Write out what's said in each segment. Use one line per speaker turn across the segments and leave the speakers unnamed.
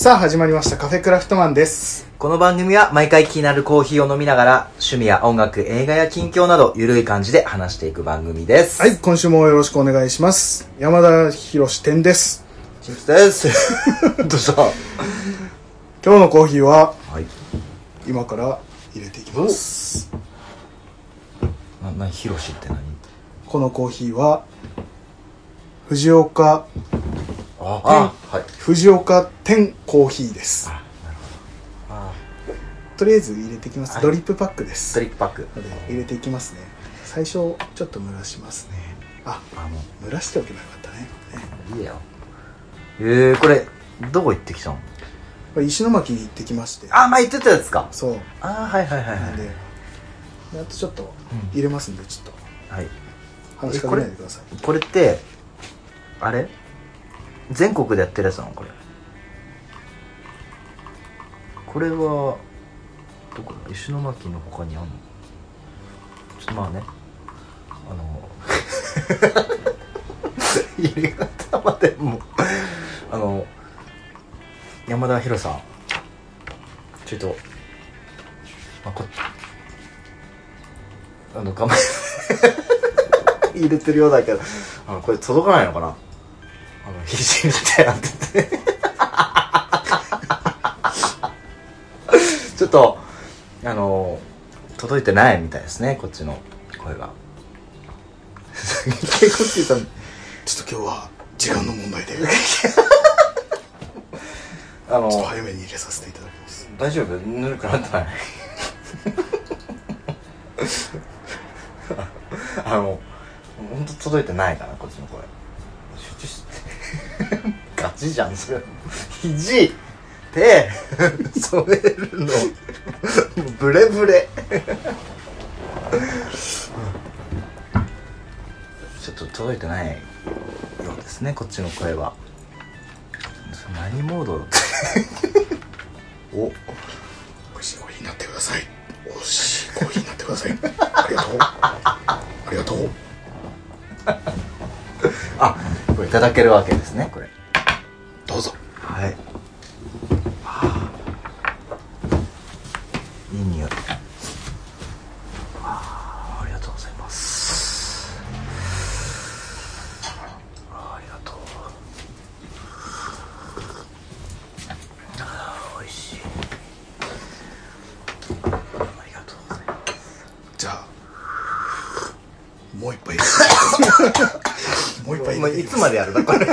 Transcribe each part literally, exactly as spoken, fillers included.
さあ始まりましたカフェクラフトマンです。
この番組は毎回気になるコーヒーを飲みながら趣味や音楽、映画や近況などゆるい感じで話していく番組です。
はい、今週もよろしくお願いします。山田博店です。
チンプスですどうした？
今日のコーヒーは、
はい、
今から入れていきます。
な、な、ひろしって何？
このコーヒーは藤岡
ああ、はい、
藤岡店コーヒーです。
あ、なるほど。あ、
とりあえず入れていきます、はい、ドリップパックです。
ドリップパック
入れていきますね。最初ちょっと蒸らしますね。あ、あもう蒸らしておけばよかったね。
ね、いいよ。えー、これどこ行ってきたの？
これ石巻に行ってきまして。
あ、前言ってたやつか。
そう。
あ、はいはいはいはい。
なんであとちょっと入れますんで、ちょっと、はい、話しかけないでください。
これってあれ全国でやってるやつなの？これこれはどこだ？石巻の他にあんの？ちょっとまあね、あの入れ方までもあの山田博さんちょっと、まあ、こあの構え入れてるようだけど、あのこれ届かないのかな、あの必死に手当ててちょっとあの届いてないみたいですね、こっちの声が結構って言ったの。
ちょっと今日は時間の問題であのちょっと早めに入れさせていただきます。
大丈夫？ぬるくなってないあの本当届いてないかな、こっちの声。集中してガチじゃんそれ。肘手染めるのブレブレちょっと届いてないようですね、こっちの声は。何モードお、
美味しいコーヒーになってください。美味しいコーヒーになってくださいありがとうありがとう
あ、これいただけるわけですね、これ。
どうぞ。
はい。はあ、いい匂い。はあ、ありがとうございます。ありがとう。あ、美味しい。ありがとうございます。
じゃあもう一杯ですもう一杯
いつまでやるんだこれ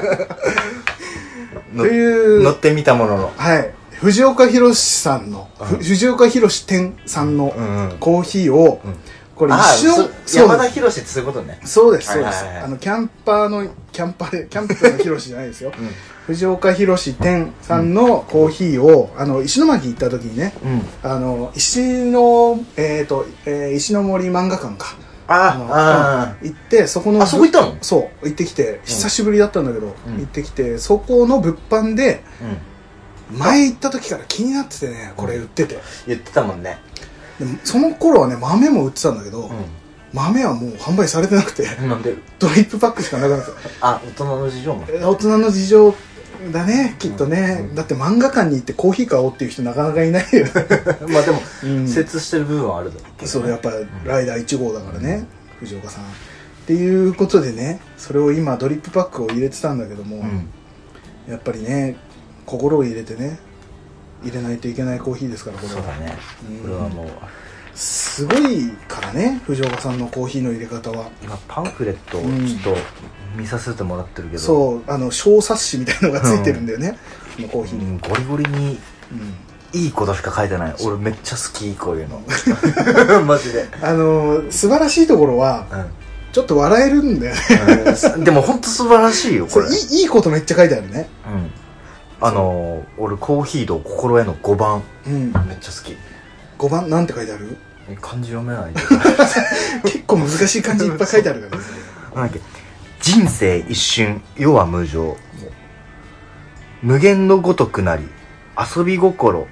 という
乗ってみたものの、
はい、藤岡弘さんの、うん、藤岡弘店さんのコーヒーを、うんうん、これ一
緒、山田博ってそういうことね。
そうですそうです、はいはいはい、あのキャンパーのキャンパーでキャンプの弘じゃないですよ、うん、藤岡弘店さんのコーヒーを、あの石巻行った時にね、うん、あの石のえっ、ー、と、えー、石の森漫画館か、
ああ、
行ってそこの、
あそこ行ったの？
そう行ってきて、久しぶりだったんだけど、うん、行ってきてそこの物販で、うん、前行った時から気になっててね、これ売ってて、うん、
言ってたもんね。
でもその頃はね豆も売ってたんだけど、うん、豆はもう販売されてなくて、
なんで
ドリップパックしかなくなってた。
あ、大人の事情も
大人の事情だね、きっとね、うん、だって漫画館に行ってコーヒー買おうっていう人なかなかいないよ
まあでも、うん、接してる部分はあるだろうけど、ね、
そうやっぱライダーいち号だからね、うん、藤岡さんっていうことでね、それを今ドリップパックを入れてたんだけども、うん、やっぱりね心を入れてね入れないといけないコーヒーですから、これは。
そうだね、うん、これはもう
すごいからね、藤岡さんのコーヒーの入れ方は。
今パンフレットをちょっと見させてもらってるけど、
そう、あの小冊子みたいのがついてるんだよね、うん、このコーヒーに、
うん、ゴリゴリに、うん、いいことしか書いてない。俺めっちゃ好き、こういうのマジで。あ
の素晴らしいところは、うん、ちょっと笑えるんだよね、
うん、でも本当素晴らしいよこれ。
いい、いいことめっちゃ書いてあるね、
うん、あの俺コーヒーと心得のごばん、うん、めっちゃ好き。
ごばんなんて書いてある？
漢字読めない
結構難しい漢字いっぱい書いてあるからね
なんだっけ、人生一瞬世は無常、無限のごとくなり遊び心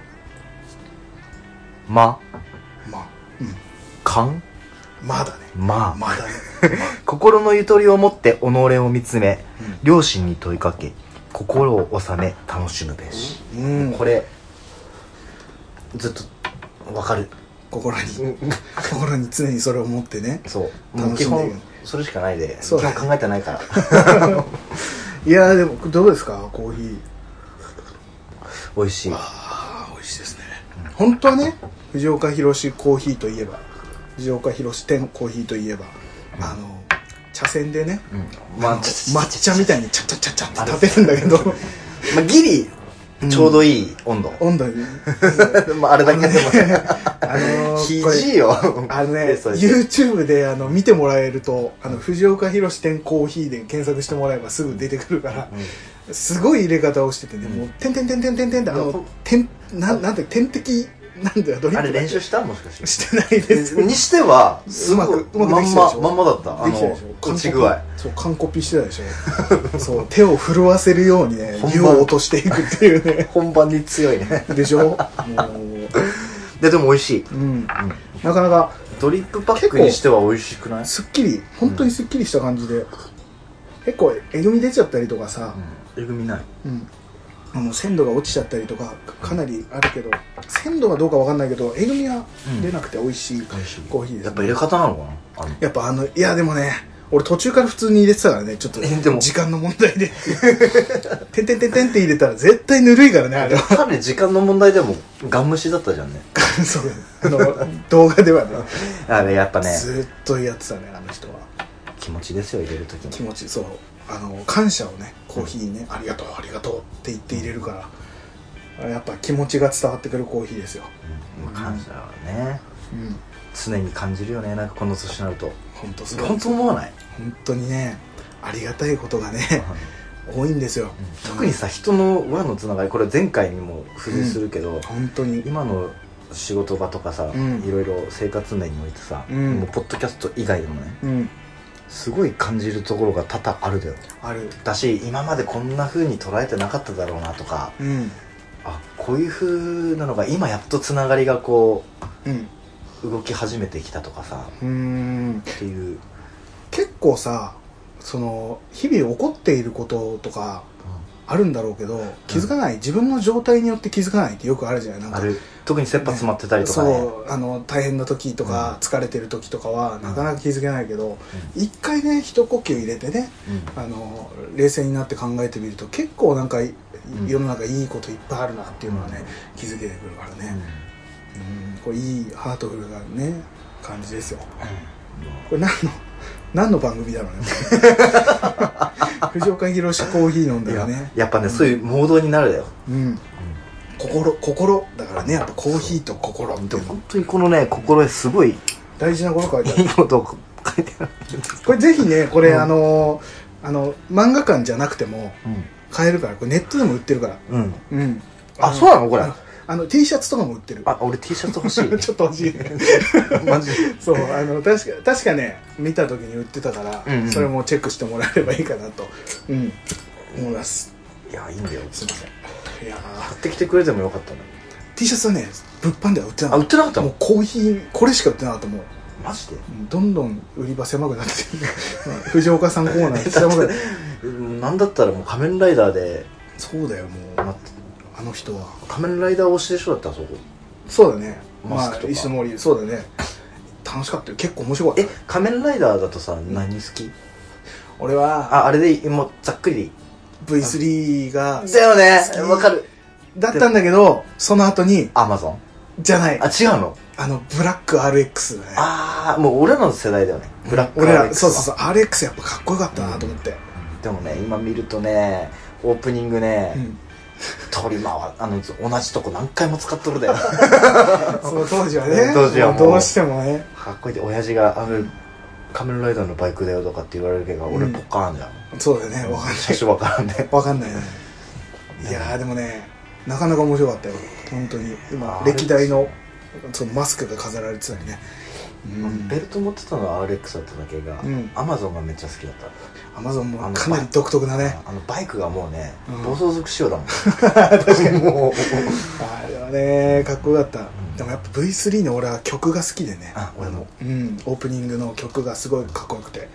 ま
まうん
勘
まだね
まあ
まだね
心のゆとりを持って己を見つめ、うん、両親に問いかけ心を収め楽しむべし、
うん、
これずっと分かる。
心に心に常にそれを持ってね、
そうもう基本それしかないで、基本考えてないから
いやでもどうですかコーヒー。
美味しい。
ああ美味しいですね、うん、本当はね藤岡弘コーヒーといえば藤岡弘店コーヒーといえば、うん、あの茶筅でね、うん、ま、抹茶みたいにチャチャチャチャって立てるんだけど
まあギリちょうどいい温度、
うん、温度に
まああれだけでもね
あのー、
肘よ
あのね YouTube であの見てもらえるとあの藤岡弘店コーヒーで検索してもらえばすぐ出てくるから、うん、すごい入れ方をしててね、うん、もうてんてんてんてんてんてんってあの点なんなんて点滴なんだよドリップ
あれ練習したもしかして
してないです
にしてはす
うまくうまくできて
たでしょまんまだった
できてるでしょ
落ち具合
そう完コピしてたでしょそう手を震わせるようにね湯を落としていくっていうね
本番に強いね
でしょもう
ででも美味しい、
うんうん、なかなか
ドリップパックにしては美味しくない？
すっきり本当にすっきりした感じで、うん、結構えぐみ出ちゃったりとかさ、
うん、えぐみない、
うんあの鮮度が落ちちゃったりとかかなりあるけど鮮度はどうかわかんないけどえぐみは出なくて美味しいコーヒーです、ね、
やっぱ入れ方なのかなあの
やっぱあのいやでもね俺途中から普通に入れてたからねちょっと時間の問題でてんてんてんてんって入れたら絶対ぬるいからねあれは
かなり時間の問題でもガン無視だったじゃんね
そうあの動画ではね
あれやっぱね
ずっとやってたねあの人は
気持ちですよ入れる時に
気持ちそうあの感謝をねコーヒーにね、うん、ありがとうありがとうって言って入れるからやっぱ気持ちが伝わってくるコーヒーですよ、
うん、感謝はね、うん、常に感じるよねなんかこの年になると
本当そう
本当思わない
本当にねありがたいことがね多いんですよ、
うん、特にさ人の輪のつながりこれ前回にも付随するけど、うん、
本当に
今の仕事場とかさ、うん、いろいろ生活面においてさ、うん、もうポッドキャスト以外でもね、うんすごい感じるところが多々あるだよ
ある
だし今までこんな風に捉えてなかっただろうなとか、うん、あこういう風なのが今やっとつながりがこう、うん、動き始めてきたとかさうーんっていう
結構さその日々起こっていることとかあるんだろうけど気づかない、うん、自分の状態によって気づかないってよくあるじゃないなんか
ある特に切羽詰まってたりとかね、
そうあの大変な時とか、うん、疲れてる時とかはなかなか気づけないけど、うん、一回ね一呼吸入れてね、うん、あの冷静になって考えてみると結構なんか、うん、世の中いいこといっぱいあるなっていうのはね、うん、気づけてくるからね、うんうん、これいいハートフルなね感じですよ、うん、これ何の何の番組だろうね藤岡弘コーヒー飲んだらね
や, やっぱね、うん、そういうモードになるだよ、
うんうん、心心だからねやっぱコーヒーと心っていう
本当にこのね心すごい
大事なこと書いてある
いいことを書いてある
これぜひねこれ、うん、あのあの漫画館じゃなくても買えるからこれネットでも売ってるからうん、うん、
あ, あそうなのこれ
あの T シャツとかも売ってる
あ俺 T シャツ欲しい
ちょっと欲しいマジそうあの確か確かね見た時に売ってたから、うんうん、それもチェックしてもらえればいいかなと、うん、思います。
いやいいんだよ
すいませんいや
買ってきてくれてもよかったの
T シャツはね物販では売ってなかった
あ売ってなかった
もうコーヒーこれしか売ってなかったもう
マジで
どんどん売り場狭くなって藤岡さんコーナー狭くなって
なんだったらもう仮面ライダーで
そうだよもう、ま、あの人は
仮面ライダー推しでしょだったらそこ
そうだね
マスクとか、まあ、
石森そうだね楽しかったよ結構面白かった
え仮面ライダーだとさ何好き
俺は
ああれでもうざっくり
ブイスリー が
だよねわかる
だったんだけどその後に
アマゾン
じゃない
あ違うの
あのブラック アールエックス だね
ああもう俺らの世代だよねブラック
アールエックス 俺らそうそうそう アールエックス やっぱかっこよかったなと思って、
うん、でもね今見るとねオープニングね、うん取り回あの同じとこ何回も使っとるだよ
その当時はね
当時はもう
どうしてもね
かっこいいで親父があの仮面ライダーのバイクだよとかって言われるけど、うん、俺ポッカーンじゃん
そうだよね分かんない
車種分からんね
分かんないねいやーでもねなかなか面白かったよ本当に今歴代のそのマスクが飾られてたりね、
うん、ベルト持ってたのは アールエックス だっただけが、うん、アマゾンがめっちゃ好きだった
アマゾンもかなり独特なね
あのバイクがもうね、うん、暴走族仕様だもん
確かにもうあれはねかっこよかった、うん、でもやっぱ ブイスリー の俺は曲が好きでね
あ俺も、
うん、オープニングの曲がすごいかっこよくて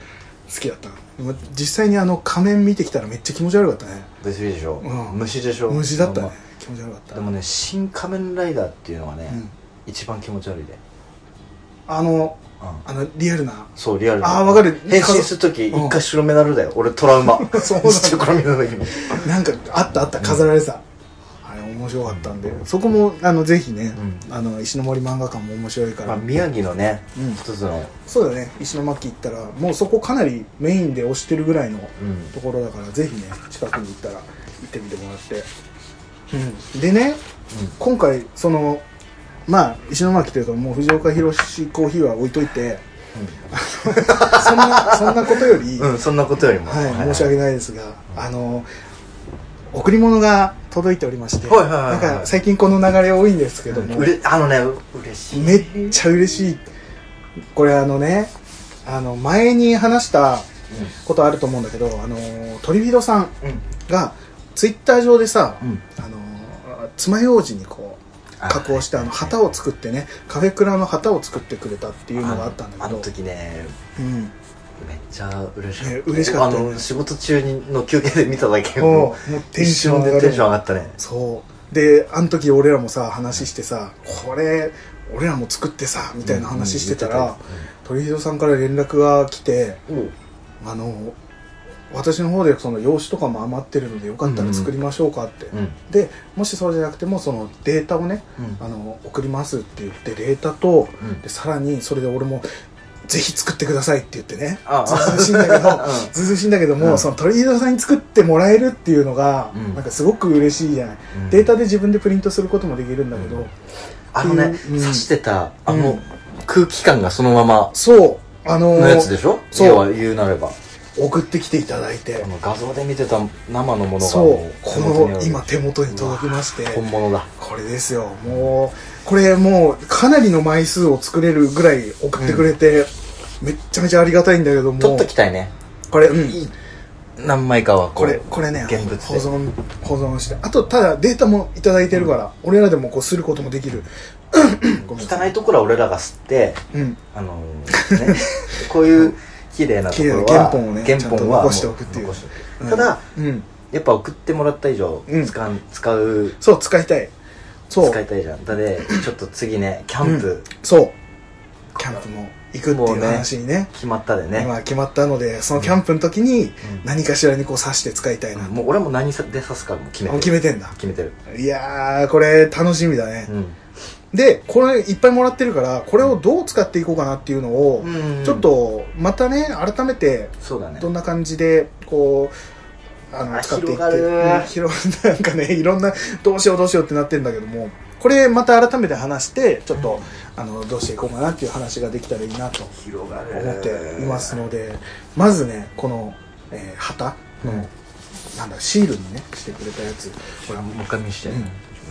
好きだったの。実際にあの仮面見てきたらめっちゃ気持ち悪かったね。
でしょ、うん、虫でしょ。
虫だったね、気持ち悪かった。
でもね、新仮面ライダーっていうのがね、うん、一番気持ち悪いで。
あの、うん、あのリアルな。
そう、リアルな。
ああ、わかる。
変身するとき一回白メダルだよ、うん、俺トラウマ。
そうだ、
白メダルだけど
なんかあったあった、飾られてた、うん、あれ面白かったんで、うん、そこもあのぜひね、うん、あの石森漫画館も面白いから、まあ、
宮城のね、
うん、
一つの
そうだね、石巻行ったらもうそこかなりメインで推してるぐらいのところだから、うん、ぜひね近くに行ったら行ってみてもらって、うん、でね、うん、今回そのまあ石巻というともう藤岡弘コーヒーは置いといて、うん、そんなそんなことより、
うん、そんなことよりも、
はいはいはい、申し訳ないですが、あの贈り物が届いておりまして、はいはいはいはい、なんか最近この流れ多いんですけども、
うん、うれあのね嬉しい、
めっちゃ嬉しい。これあのね、あの前に話したことあると思うんだけど、あのトリフィドさんがツイッター上でさ、うん、あの爪楊枝にこう加工してあの旗を作ってね、カフェクラの旗を作ってくれたっていうのがあったんだけど、
あの時ね、うん、めっちゃ嬉しかった、
ね、嬉しかった、ね、
あの仕事中にの休憩で見ただけ
もうテンション上がる、
テンション上がったね。
そうで、あの時俺らもさ話してさ、これ俺らも作ってさみたいな話してたら、うんうん、鳥広さんから連絡が来て、うん、あの私の方でその用紙とかも余ってるのでよかったら作りましょうかって、うんうん、でもしそうじゃなくてもそのデータをね、うん、あの送りますって言ってデータと、うん、でさらにそれで俺もぜひ作ってくださいって言ってね、ずうずうしいんだけど、ずうずうしいんだけども、うん、その鳥広さんに作ってもらえるっていうのが、うん、なんかすごく嬉しいじゃない、うん、データで自分でプリントすることもできるんだけど、うん、
あのね、うん、刺してたあの空気感がそのまま
そうあのー、
のやつでしょ。そう言うなれば
送ってきていただいて、
あの画像で見てた生のものが
そうこの今手元に届きまして、
本物だ
これですよ。もうこれもうかなりの枚数を作れるぐらい送ってくれて、うん、めっちゃめちゃありがたいんだけども、
取っときたいね
これ、うん、いい
何枚かは
これこれね現物保存保存して、あとただデータもいただいてるから、うん、俺らでもこうすることもできる
汚いところは俺らが吸って、うん、あのー、ねこういう綺麗なところは
原本をね
原本は
残しておくっていう、
うん、ただ、うん、やっぱ送ってもらった以上、うん、使う使う
そう使いたいそう
使いたいじゃん。だでちょっと次ねキャンプ、うん、
そうキャンプも行くっていう話に ね, ね
決まったでね
今決まったので、そのキャンプの時に何かしらにこう刺して使いたいな、
うん、もう俺も何で刺すかも決めてる
決めてんだ
決めてる。
いやーこれ楽しみだね、うん、でこれいっぱいもらってるからこれをどう使っていこうかなっていうのを、うん、ちょっとまたね改めてどんな感じでこうあの使っていって、うん、広なんかねいろんなどうしようどうしようってなってるんだけども、これまた改めて話してちょっと、うん、あのどうしていこうかなっていう話ができたらいいなと思っていますので、まずねこの、えー、旗の、うん、なんだシールにねしてくれたやつ、
これもう一回見して、うん、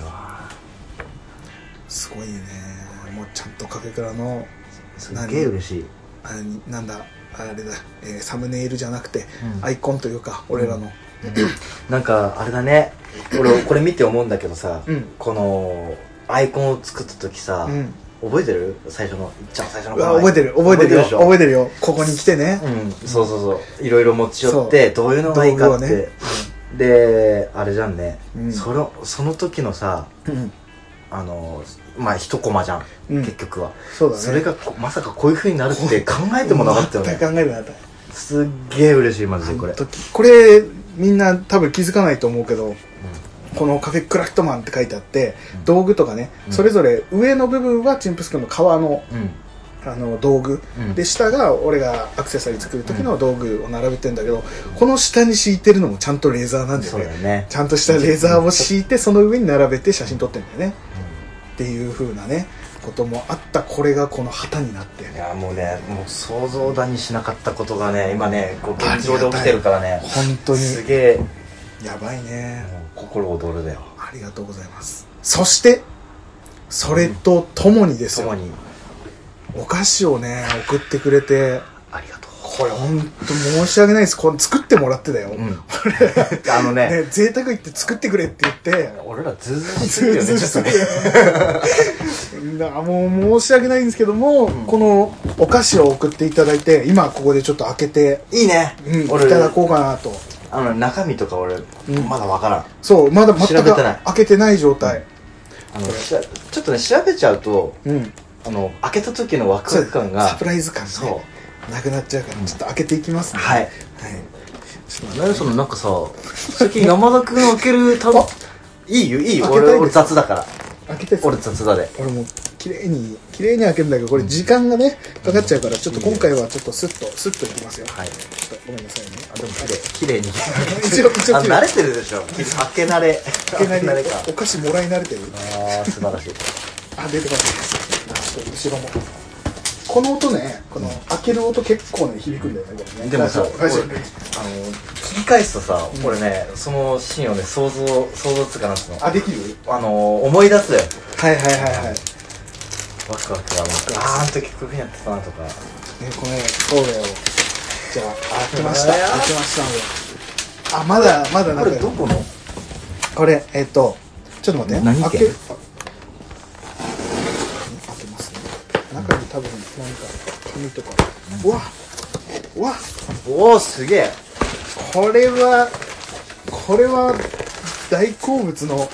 すごいね。もうちゃんとカフェクラの
すげえ嬉しい
あれなんだあれだ、えー、サムネイルじゃなくて、うん、アイコンというか俺らの、うん、
なんかあれだね、俺これ見て思うんだけどさ、うん、このアイコンを作った時さ、うん、覚えてる最初の一番最初の
頃覚えてる覚えてるよ覚えてるよここに来てね、
うん、そうそうそういろいろ持ち寄ってどういうのがいいかって、ね、であれじゃんね、うん、そのその時のさ、うんあのまあ一コマじゃん、うん、結局は
そうだね。
それがまさかこういう風になるって考えてもなかったよね。
全く考えてなかった。
すっげえ嬉しいマジでこれ。
これみんな多分気づかないと思うけど、うん、このカフェクラフトマンって書いてあって、うん、道具とかね、うん、それぞれ上の部分はチンプス君の革の、うん、あの道具、うん、で下が俺がアクセサリー作る時の道具を並べてんだけど、うん、この下に敷いてるのもちゃんとレーザーなんだよね。そうだね。ちゃんとしたレーザーを敷いてその上に並べて写真撮ってんだよね。っていう風なねこともあった。これがこの旗になって、
いやもうねもう想像だにしなかったことがね今ねこう現状で起きてるからね
本当に
すげえ
やばいね。
心躍るだよ。
ありがとうございます。そしてそれとともにですよ、うん、共にお菓子をね送ってくれて
ありがとう。
これほんと申し訳ないです。これ作ってもらってだよ、うん、
あのね
ね贅沢言って作ってくれって言って
俺らズーズーしすぎるよねちょっと
ねだもう申し訳ないんですけども、うん、このお菓子を送っていただいて今ここでちょっと開けて
いいね、
うん、いただこうかなと。
あの中身とか俺、うん、まだわからん。
そうまだ全く開けてない状態、
うん、あのちょっとね調べちゃうと、うん、あの開けた時のワクワク感が
サプライズ感ねそうなくなっちゃうから、うん、ちょっと開けていきますね。
はい、はい、何そのなんかさ最近山田君開けるためいいよいいよ 俺, 俺雑だから
開けて
俺雑だで
俺も綺麗に綺麗に開けるんだけどこれ時間がねかかっちゃうからちょっと今回はちょっとスッとスッといきますよ。はい、ちょっとごめんなさいね。
あでも綺麗に
一応一応
慣れてるでしょ開け慣れ
開け慣れかお菓子もらい慣れてる。
ああ素晴らしい
あ出てますね。後ろもこの音ねこの開ける音結構ね響くんだよねこれね。
でもさ俺あの聞き返すとさ、うん、俺ねそのシーンをね想像想像つかなくて
あできる
あの思い出すよ。
はいはいはいはい
ワクワクがあああの時こういうふうにやってたなとか
ねこれそうだよ。じゃあ開けました開けましたのであまだまだなんか
これどこの
これえっとちょっと待って
何
開け開けますね。中に多分何か紙とかうわうわ
おおすげえ
これはこれは大好物の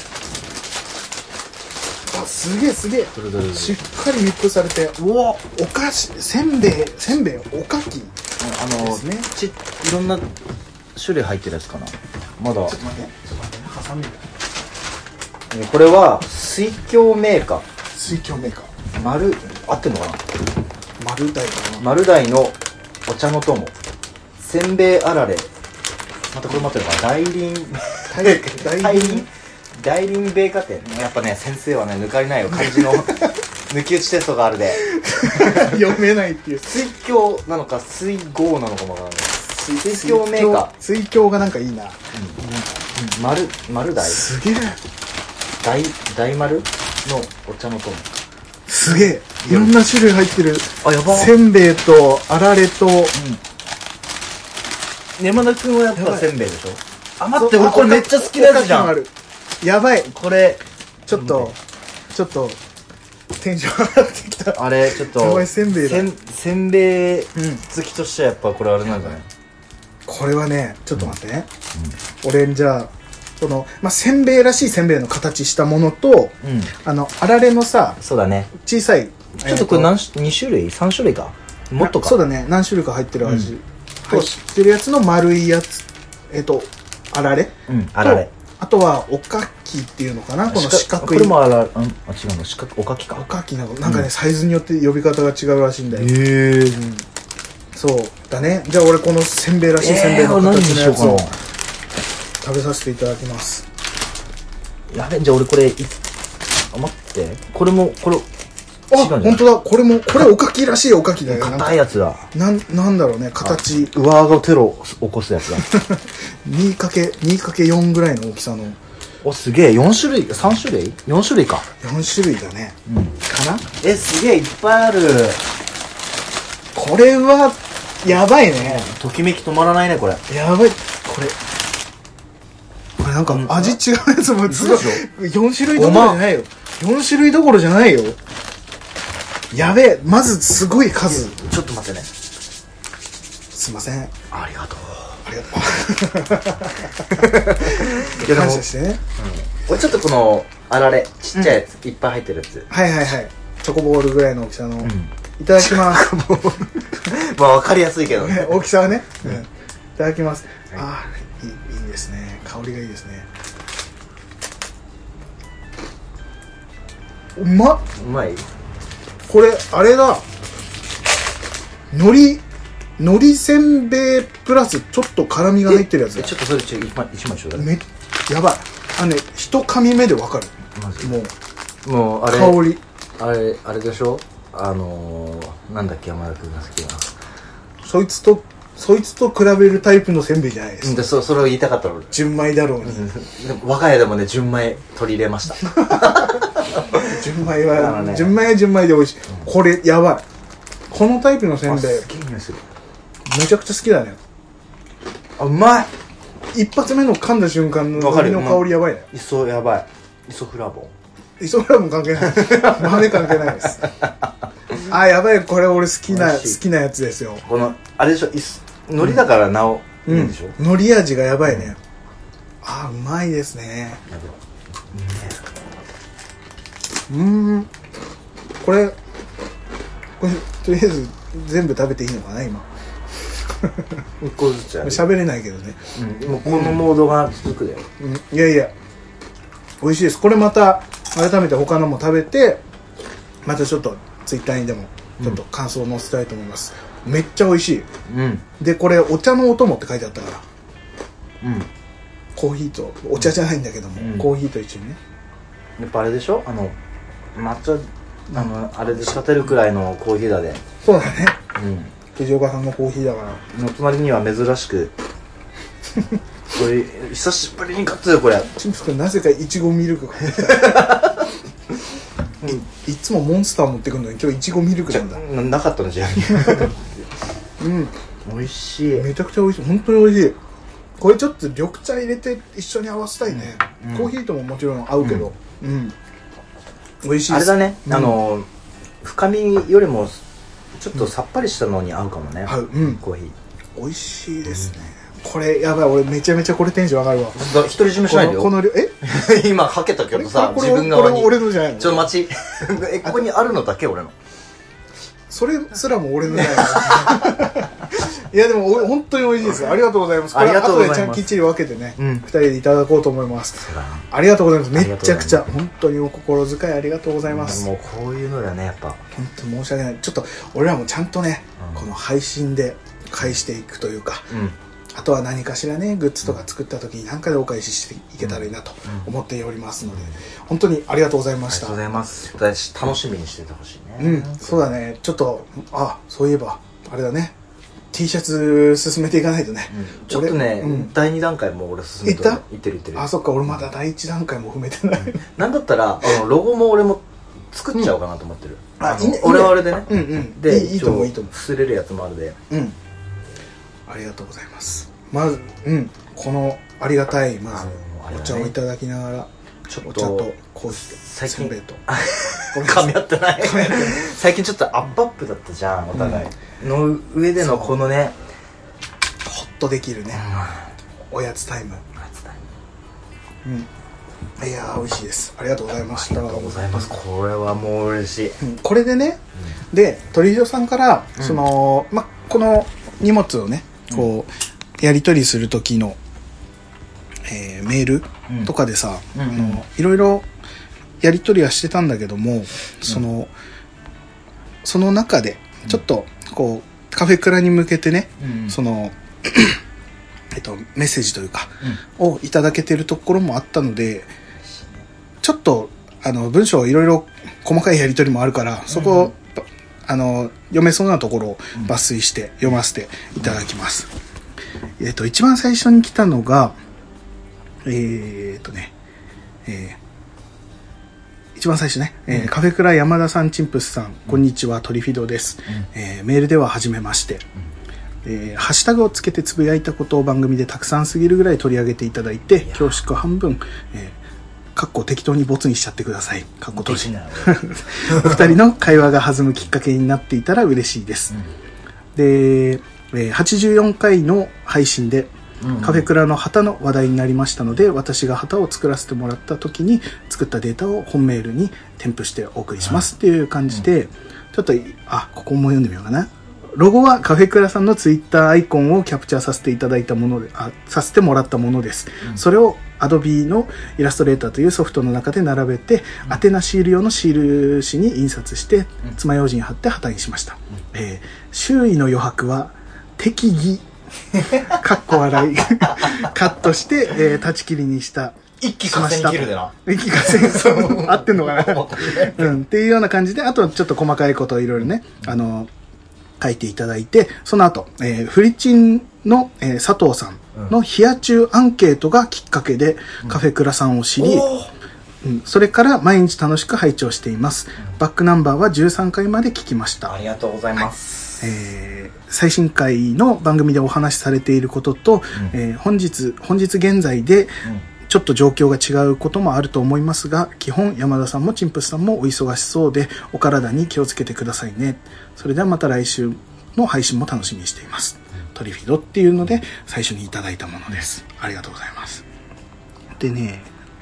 あすげえすげえしっかりミックスされてうわお菓子せんべいせんべいおかき
あのですねちいろんな種類入ってるやつかなまだ
ちょっと待ってちょっと待ってハサミ
これは水郷メーカー
水郷メーカー
丸合ってんのかな
丸大かな
丸大のお茶の友せんべいあられまたこれ待ってるのかな大輪大輪大輪米花店やっぱね先生はね抜かりないよ漢字の抜き打ちテストがあるで
読めないっていう
水郷なのか水郷なのかもわからない水郷メーカー
水郷がなんかいいな、うんうん、
丸丸大
すげえ
大大丸のお茶の友
すげえいろんな種類入ってる
あやば
せんべいとあられと、うん、
山田君はやっぱせんべいでしょあ待って俺これめっちゃ好きなやつじゃん
やばい
これ
ちょっとちょっとテンション上がってきた
あれちょっと
やばいせんべいだ
せ, んせんべい好きとしてはやっぱこれあれなんじゃない、
これはねちょっと待ってね、うん、俺じゃあこの、まあ、せんべいらしいせんべいの形したものと、うん、あのあられのさ
そうだね
小さい
ちょっとこれ何に種類さん種類かもっとか
そうだね何種類か入ってる味、うん、入ってるやつの丸いやつえっとあられ、
うん、あられ
あとはおかきっていうのかなこの四角い
これもあらあ違うの四角おかきか
おかきなんかなんかね、うん、サイズによって呼び方が違うらしいんだよへ
え、うん、
そうだねじゃあ俺このせんべいらしいせんべいの形のやつを食べさせていただきます。
やべじゃあ俺これあ待ってこれもこれ
あ本当だこれもこれおかきらしいおかきだよ
硬いやつだ
なんなんだろうね形
上顎テロ起こすやつだ
にかけるよん ぐらいの大きさの
おすげえよん種類さん種類よん種類か
よん種類だね、うん、かな
えすげえいっぱいある
これはやばいね
ときめき止まらないねこれ
やばいこれこれなんか味違うやつもすごいよん種類どころじゃないよよん種類どころじゃないよやべえまずすごい数
ちょっと待ってね
すいません
ありがとう
ありがとう感謝してね、
うん、俺ちょっとこのあられちっちゃいやつ、うん、いっぱい入ってるやつ
はいはいはいチョコボールぐらいの大きさの、うん、いただきます
まあ分かりやすいけどね
大きさはね、うん、いただきます、はい、ああいい、いいですね香りがいいですねうまっ
うまい
これあれだ海苔海苔せんべいプラスちょっと辛みが入ってるやつだ
ちょっとそれちょ一枚一枚ちょうだい
めやばいあのね一噛み目で分かるもう
もうあれ
香り
あれあれでしょあのー、なんだっけ山田君が好きな
そいつとそいつと比べるタイプのせんべいじゃないです、
うん、で そ, それを言いたかったの俺
純米だろうに
我が家でもね純米取り入れました
純米は、ね、純米は純米で美味しい、うん、これやばいこのタイプのせんべい
すげえ匂いする
めちゃくちゃ好きだね。
あ、うまい。
一発目の噛んだ瞬間の豆の香りやばいね。
磯やばい。磯フラボ
ン。磯フラボン関係ない。豆関係ないです。あ、やばい、これ俺好きな好きなやつですよ。
このあれでしょ、海苔だからなおいいでしょ。
海苔味がやばいね。あ、うまいですね。うん。これこれとりあえず全部食べていいのかな今。
一個ずつやる。
喋れないけどね。
うん、もうこのモードが続くだよ。
うん、いやいや美味しいです。これまた改めて他のも食べて、またちょっとツイッターにでもちょっと感想を載せたいと思います。うん、めっちゃ美味しい。うん、でこれお茶のお供って書いてあったから、うん、コーヒーとお茶じゃないんだけども、うん、コーヒーと一緒にね。や
っぱあれでしょ、あの抹茶あのあれで仕立てるくらいのコーヒーだで。
そうだね。うん。藤岡さんのコーヒーだから。
の隣には珍しくこれ久しぶりに買ったよこれ。
チンプス君なぜかいちごミルクい, いつもモンスター持ってくるのに今日いちごミルクなんだ。
な, なかったのじゃん。うん。美味しい。
めちゃくちゃ美味しい。本当に美味しい。これちょっと緑茶入れて一緒に合わせたいね。うん、コーヒーとももちろん合うけど。うん。うん、美味しいです。
あれだね。うん、あの深みよりもちょっとさっぱりしたのに合うかもね。合う。うん。コーヒ
ー。美味しいですね。うん、これやばい。俺めちゃめちゃこれテンション上がるわ。
独り占めしないでよ。
このこのえ？
今かけたけどさ、自分側に。これ俺のじゃないの？ちょっと待ち。え、ここにあるのだけ俺の。
それすらも俺のじゃないの。いやでも本当に美味しいです。ありがとうございます。これ後でちゃんきっちり分けてね、うん、ふたりでいただこうと思います。ありがとうございます。めちゃくちゃ本当にお心遣いありがとうございます。
もうこういうのだねやっぱ。
本当申し訳ない。ちょっと俺らもちゃんとね、うん、この配信で返していくというか、うん、あとは何かしらねグッズとか作った時に何かでお返ししていけたらいいなと思っておりますので、うん、本当にありがとうございました。
ありがとうございます。私楽しみにしててほしい
ね。うん、そうだね。ちょっとあそういえばあれだね。T シャツ進めていかないとね、
うん、ちょっとね、うん、だいに段階も俺進めてる。いった？いってるいってる。
あ、そっか、俺まだだいいち段階も踏めてない。
なんだったらあのロゴも俺も作っちゃおうかなと思ってる。うん、あ、いいね。俺は俺でね。うんうん。で、いいと思ういいと思う。擦れるやつもあるで。うん。あ
りがとうございます。まず、うん、このありがたいまずお茶をいただきながら、ちょっとお茶とコーヒーとせんべいと。
噛み合ってない。最近ちょっとアップアップだったじゃんお互い。の上でのこのね
ホッとできるね、うん、おやつタイム。おやつタイム。うん。いやー美味しいです。ありがとうございました。
ありがとうございます。これはもう嬉しい。
うん、これでね、うん、で鳥広さんから、うん、そのまこの荷物をねこう、うん、やり取りする時の、えー、メールとかでさ、うん、あのいろいろやり取りはしてたんだけども、うん、そのその中でちょっとこうカフェクラに向けてね、うん、そのえっとメッセージというか、うん、をいただけてるところもあったので、ちょっとあの文章いろいろ細かいやり取りもあるから、そこを、うん、あの読めそうなところを抜粋して読ませていただきます。うん、えっと一番最初に来たのがえー、っとね、えー一番最初ね、うんえー、カフェクラ山田さんチンプスさん、うん、こんにちはトリフィドです、うんえー、メールでは初めまして、うんえー、ハッシュタグをつけてつぶやいたことを番組でたくさんすぎるぐらい取り上げていただいて恐縮半分、えー、かっこ適当にボツにしちゃってくださいかっこ閉じお二人の会話が弾むきっかけになっていたら嬉しいです、うん、で、えー、はちじゅうよんかいの配信でうんうん、カフェクラの旗の話題になりましたので、私が旗を作らせてもらった時に作ったデータを本メールに添付してお送りしますっていう感じで、うん、ちょっとあここも読んでみようかな。ロゴはカフェクラさんのツイッターアイコンをキャプチャーさせていただいたものであさせてもらったものです、うん、それを Adobe のイラストレーターというソフトの中で並べて、うん、宛名シール用のシール紙に印刷して爪楊枝に貼って旗にしました、うんえー、周囲の余白は適宜かっこ笑いカットして、えー、立ち切りにした
一気呵成に切るでな
一気呵成そう合ってんのかな、うん、っていうような感じであとちょっと細かいことをいろいろねあの書いていただいてその後、えー、フリチンの、えー、佐藤さんの冷や中アンケートがきっかけで、うん、カフェクラさんを知り、うん、それから毎日楽しく拝聴しています、うん、バックナンバーはじゅうさんかいまで聞きました。
ありがとうございます、
えー、最新回の番組でお話しされていることと、うん、えー、本日本日現在で、うん、ちょっと状況が違うこともあると思いますが、基本山田さんもチンプスさんもお忙しそうでお体に気をつけてくださいね。それではまた来週の配信も楽しみにしています。トリフィドっていうので最初にいただいたものです。ありがとうございます。でね、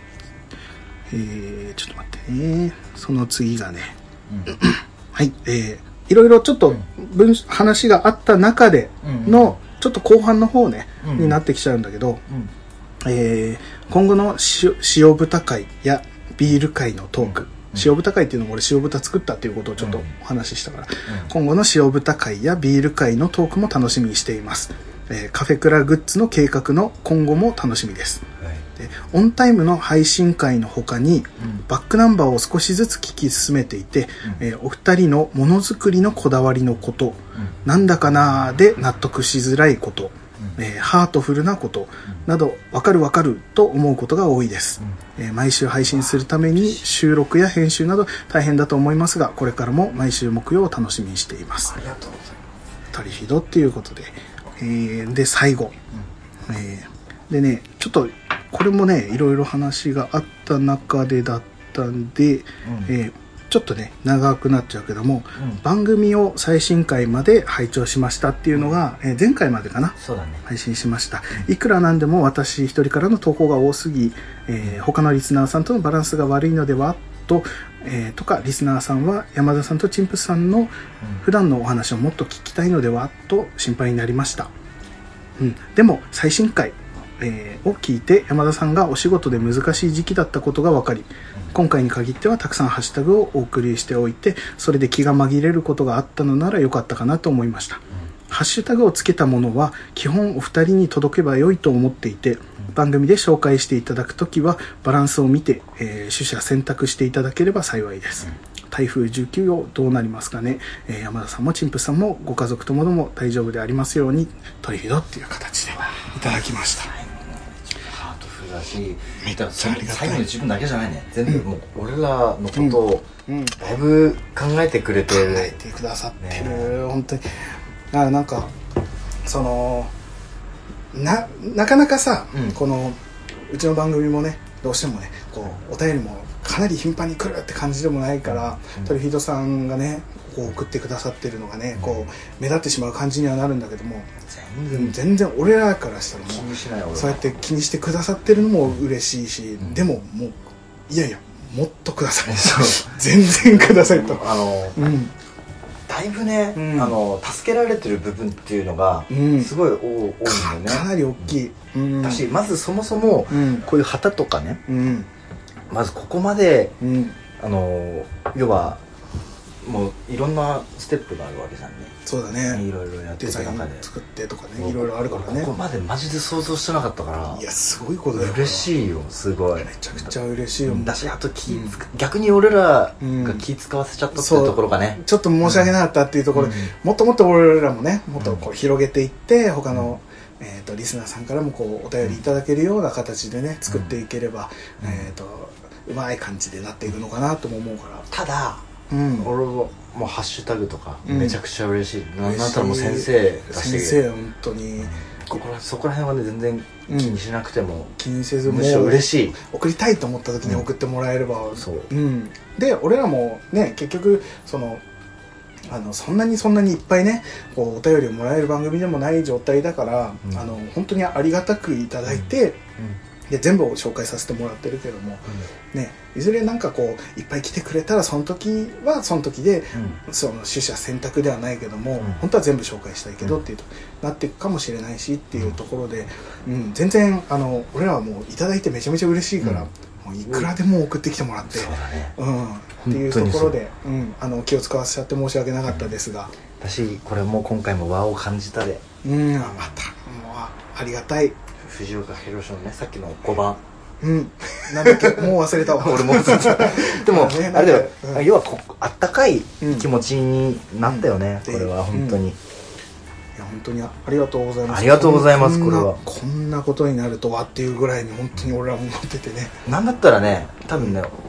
えー、ちょっと待ってね、その次がね、うん、はい、えー、いろいろちょっと文話があった中でのちょっと後半の方ね、うん、になってきちゃうんだけど、うん、えー、今後の塩豚会やビール会のトーク、うん、塩豚会っていうのも俺塩豚作ったっていうことをちょっとお話ししたから、うん、今後の塩豚会やビール会のトークも楽しみにしています。えー、カフェクラグッズの計画の今後も楽しみです。はい、でオンタイムの配信会の他に、うん、バックナンバーを少しずつ聞き進めていて、うん、えー、お二人のものづくりのこだわりのこと、うん、なんだかなーで納得しづらいこと、うん、えー、ハートフルなこと、うん、など分かる分かると思うことが多いです。うん、えー、毎週配信するために収録や編集など大変だと思いますが、これからも毎週木曜を楽しみにしています。
ありがとうございます。
トリフィドっていうことで、えー、で最後、うん、えー、でねちょっとこれもねいろいろ話があった中でだったんで、うん、えー、ちょっとね長くなっちゃうけども、うん、番組を最新回まで拝聴しましたっていうのが、えー、前回までかな、
そうだね、
配信しました。いくらなんでも私一人からの投稿が多すぎ、えー、他のリスナーさんとのバランスが悪いのではと、えー、とかリスナーさんは山田さんとチンプスさんの普段のお話をもっと聞きたいのではと心配になりました。うん、でも最新回、えー、を聞いて山田さんがお仕事で難しい時期だったことが分かり、今回に限ってはたくさんハッシュタグをお送りしておいて、それで気が紛れることがあったのなら良かったかなと思いました。ハッシュタグをつけたものは基本お二人に届けば良いと思っていて、番組で紹介していただくときはバランスを見て、えー、取捨選択していただければ幸いです。台風じゅうきゅう号どうなりますかね。えー、山田さんもチンプさんもご家族ともども大丈夫でありますように、トリフィドっていう形でいただきました。
ハートフルだし、めっちゃありがたい。最後の自分だけじゃないね、全部もう俺らのことをだいぶ考えてくれてる、
考えてくださってる、ね、本当に。だからなんかそのななかなかさ、うん、このうちの番組もねどうしてもねこうお便りもかなり頻繁に来るって感じでもないから、うん、トリフィードさんがねこう送ってくださってるのがね、うん、こう目立ってしまう感じにはなるんだけども、全然全然俺らからしたらもう気にしない、そうやって気にしてくださってるのも嬉しいし、うん、でももういやいやもっとください全然くださいと、
あの、うん、だいぶね、うん、あの助けられてる部分っていうのがすごい多いんだよね、
かなり大きい、
うん、だし、まずそもそもこういう旗とかね、うん、まずここまで、うん、あの要はもういろんなステップがあるわけじゃんね。
そうだね、
いろいろやっていく中で
作ってとかね、いろいろあるからね。
ここまでマジで想像してなかったから、
いやすごいことだよ。
嬉しいよ、すごい、
めちゃくちゃ嬉しいよ。
だし、あと気、うん、逆に俺らが気使わせちゃったっていうところがね、
うん、ちょっと申し訳なかったっていうところ、うん、もっともっと俺らもねもっとこう広げていって、他の、うん、えー、とリスナーさんからもこうお便りいただけるような形でね作っていければ、うん、えー、とうまい感じでなっていくのかなとも思うから。
ただ、うん、俺ももうハッシュタグとかめちゃくちゃ嬉しい、うん、なんだったらもう先生出して
先生本当に、うん、
ここらそこら辺はね全然気にしなくても、うん、
気にせず
むしろ嬉しい、
送りたいと思った時に送ってもらえれば、
うん、そう、
うん、で俺らもね結局そのあのそんなにそんなにいっぱいねこうお便りをもらえる番組でもない状態だから、うん、あの本当にありがたくいただいて、うんうん、で全部を紹介させてもらってるけども、うん、ね、いずれなんかこういっぱい来てくれたらその時はその時で、うん、その取捨選択ではないけども、うん、本当は全部紹介したいけどっていうと、うん、なっていくかもしれないしっていうところで、うん、全然あの俺らはもういただいてめちゃめちゃ嬉しいから、うん、もういくらでも送ってきてもらって、
そうだね、
うん、っていうところで、うん、あの気を使わせちゃって申し訳なかったですが、
私これもう今回も和を感じたで、
うん、またもうありがたい。
藤岡弘のねさっきのごばん、
うん、なんだっけもう忘れたわ
俺も忘れたでも、ね、あれだよ、うん、要はこあったかい気持ちになったよね、うん、これは本当に、うん、いや
本当にありがとうございます。
ありがとうございます。これは
こんなことになるとはっていうぐらいに本当に俺らも思っててね、
なんだったらね多分ね、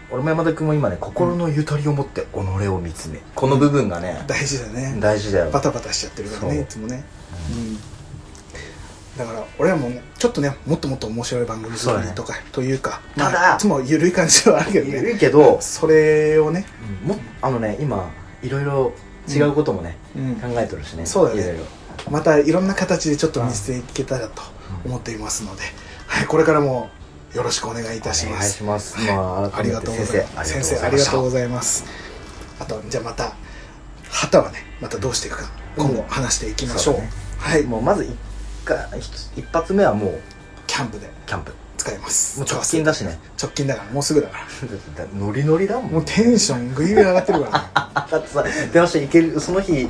俺も山田君も今ね心のゆとりを持って己を見つめ、うん、この部分がね
大事だね。
大事だよ。
バタバタしちゃってるからねいつもね、うん、だから俺はもうねちょっとねもっともっと面白い番組作りとか、ね、というかまあ、ただいつも緩い感じではあるけどね、
緩いけど
それをね、
うん、もあのね今いろいろ違うこともね、うん、考えてるしね。
そうだね、いろいろまたいろんな形でちょっと見せていけたらと思っていますので、はい、これからもよろしくお願いいたします。お願い
します。まあ、
ありがとうございます。先生ありがとうございます。あとじゃあまた旗はねまたどうしていくか今後話していきましょう。うん、はい。
もうまず一一発目はもう
キャンプで
キャンプ
使います。
もう直近だしね。
直近だからもうすぐだから
ノリノリだもん。
もうテンショングイグイ上がってるからね。
だってさ電話して行けるその日、うん、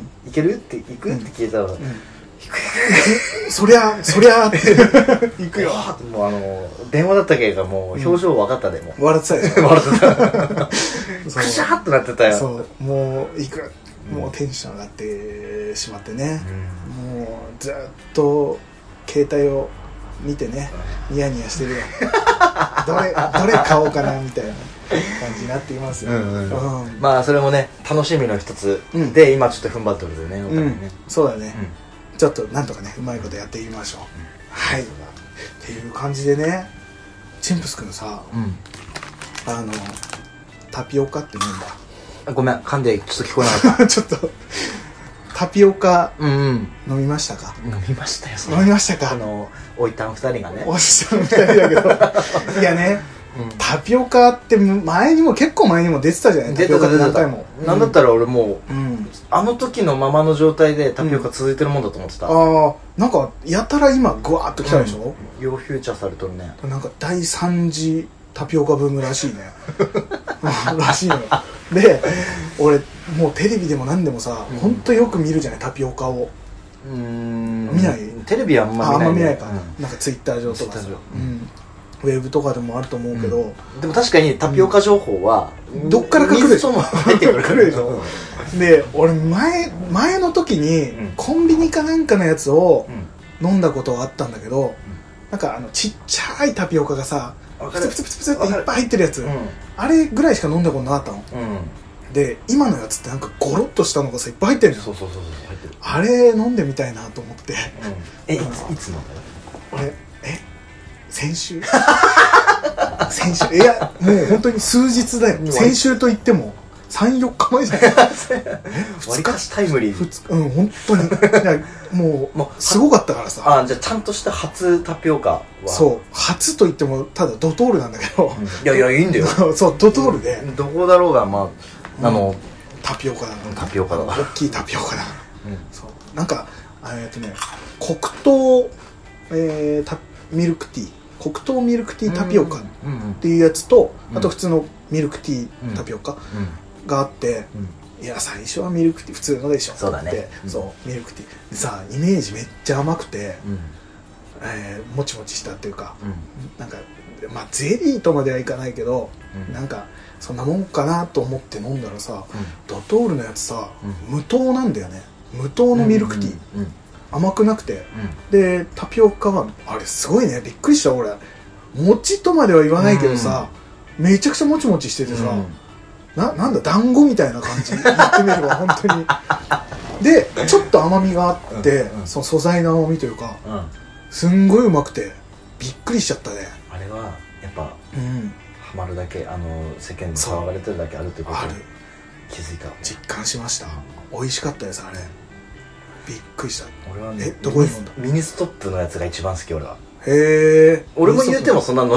行けるって行く、うん、って聞いたら、うん
そりゃそりゃって行くよ。
もうあの電話だったけがもう表情分かったで、もう
笑ってたでしょ。
笑ってたくしゃーっとなってたよ。
そうもう行くもうテンション上がってしまってね、うん、もうずっと携帯を見てねニヤニヤしてるよ。どれどれ買おうかなみたいな感じになっていますよ。うん、
うんうん、まあそれもね楽しみの一つで、うん、今ちょっと踏ん張ってるんでね、お互いね、
うん、そうだね、うん、ちょっとなんとかねうまいことやっていきましょう、うん、はいっていう感じでね。チンプスくんさ、うん、あのタピオカって飲ん
だ。ごめん噛んでちょっと聞こえなかった
ちょっとタピオカ飲みましたか？
うんうん、飲みましたよ。
飲みましたか？
あのおいたんふたりがね。
おいたんふたりだけどいやね、うん、タピオカって前にも結構前にも出てたじゃない。
出てた出てた。
も
なんだったら俺もう、うん、あの時のままの状態でタピオカ続いてるもんだと思ってた、
うん、ああなんかやたら今グワーッときたでしょ、
うん、ようフューチャーされとるね。
なんか第三次タピオカブームらしいねらしいのよ。で俺もうテレビでも何でもさ、うん、ほんとよく見るじゃないタピオカを。うーん見ない？
テレビはあんま見ない、ね、
あんま見ないか、うん、なんかツイッター上とかさ、うん、ウェブとかでもあると思うけど、
うん、でも確かにタピオカ情報は、
うん、どっからか来るでしょ。入ってくるでしょで俺前前の時に、うん、コンビニかなんかのやつを飲んだことがあったんだけど、うん、なんかあのちっちゃいタピオカがさプツプツプツプツっていっぱい入ってるやつ、うん、あれぐらいしか飲んだことなかったの、うん、で今のやつってなんかゴロッとしたのがさいっぱい入ってるじゃん。
そうそうそうそう入ってる。
あれ飲んでみたいなと思って、うん、
えいついつ飲んだの？
俺え先週先週いやもう本当に数日だよ。先週と言ってもさんよっかまえじゃない
わりかしタイムリー。
ふつうん本当にいやもうもうすごかったからさ。
あじゃあちゃんとした初タピオカは
そう初と言ってもただドトールなんだけど、うん、
いやいやいいんだよ
そうドトールで、
うん、どこだろうがまああの、うん、
タピオカだな。
タピオカだ
大きいタピオカだ、うん、そうなんかえっとね黒糖、えー、タミルクティー黒糖ミルクティータピオカっていうやつと、うん、あと普通のミルクティータピオカがあって、うん、いや最初はミルクティー普通のでしょ。
そうだね、
うん、そうミルクティーでさイメージめっちゃ甘くて、うんえー、もちもちしたっていうか、うん、なんかまあゼリーとまではいかないけど、うん、なんかそんなもんかなと思って飲んだらさ、うん、ドトールのやつさ、うん、無糖なんだよね。無糖のミルクティー、うんうんうん、甘くなくて、うん、でタピオカはあれすごいねびっくりした俺。もちとまでは言わないけどさ、うん、めちゃくちゃもちもちしててさ、うん、な, なんだ団子みたいな感じ言ってみれば本当にでちょっと甘みがあって、うんうん、その素材の甘みというか、うん、すんごいうまくてびっくりしちゃったね。
あれはやっぱ、うん、ハマるだけあの世間に騒がれてるだけあるってことに気づいた。
実感しました。美味しかったですあれ。びっくりした。
俺はね
えどこで飲んだ？
ミニストップのやつが一番好き俺は。
へえ。
俺も言うてもそんなの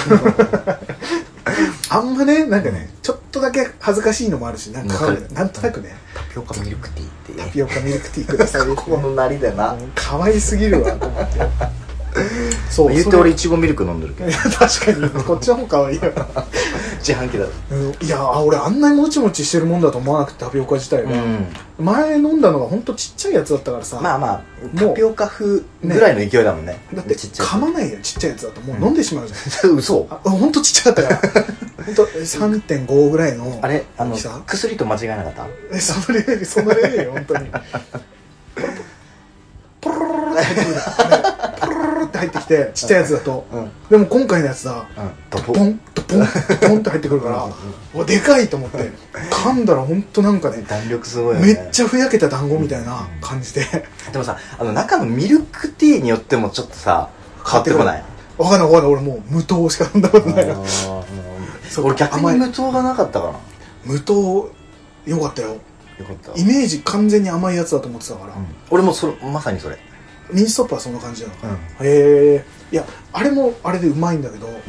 あんまねなんかねちょっとだけ恥ずかしいのもあるしなんかなんとなくね
タピオカミルクティーって
タピオカミルクティーください
このなりだな
可愛すぎるわと思って
そう言うて俺いちごミルク飲んでるけど
確かにこっちの方可愛いよ
自販機だと、
うん、いや俺あんなにもちもちしてるもんだと思わなくてタピオカ自体は、うん、前飲んだのがほんとちっちゃいやつだったからさ
まあまあタピオカ風ぐらいの勢いだもんね。
だって噛まないよちっちゃいやつだともう飲んでしまうじゃん、
うん、嘘
ほんとちっちゃかったからほんと さんてんご ぐらいの
あれあの薬と間違えなかった？
えそのレベルそのレベルよほんとにポロロロロってポロロロっって入ってきてちっちゃいやつだと、
うん、
でも今回のやつだ、
うん、
ドポンドポンドポンって入ってくるからおでかいと思って噛んだらほんとなんかね
弾力すごいよね。
めっちゃふやけた団子みたいな感じで、
うん、でもさあの中のミルクティーによってもちょっとさ変わってこない？
わかんないわかんない俺もう無糖しか飲んだことないな
俺逆に無糖がなかったかな。
無糖よかったよ。
よかった。
イメージ完全に甘いやつだと思ってたから、うん、
俺もそれまさにそれ。
ミニストップはそんな感じなのかな、
うん、
へえ。いやあれもあれでうまいんだけど、うん、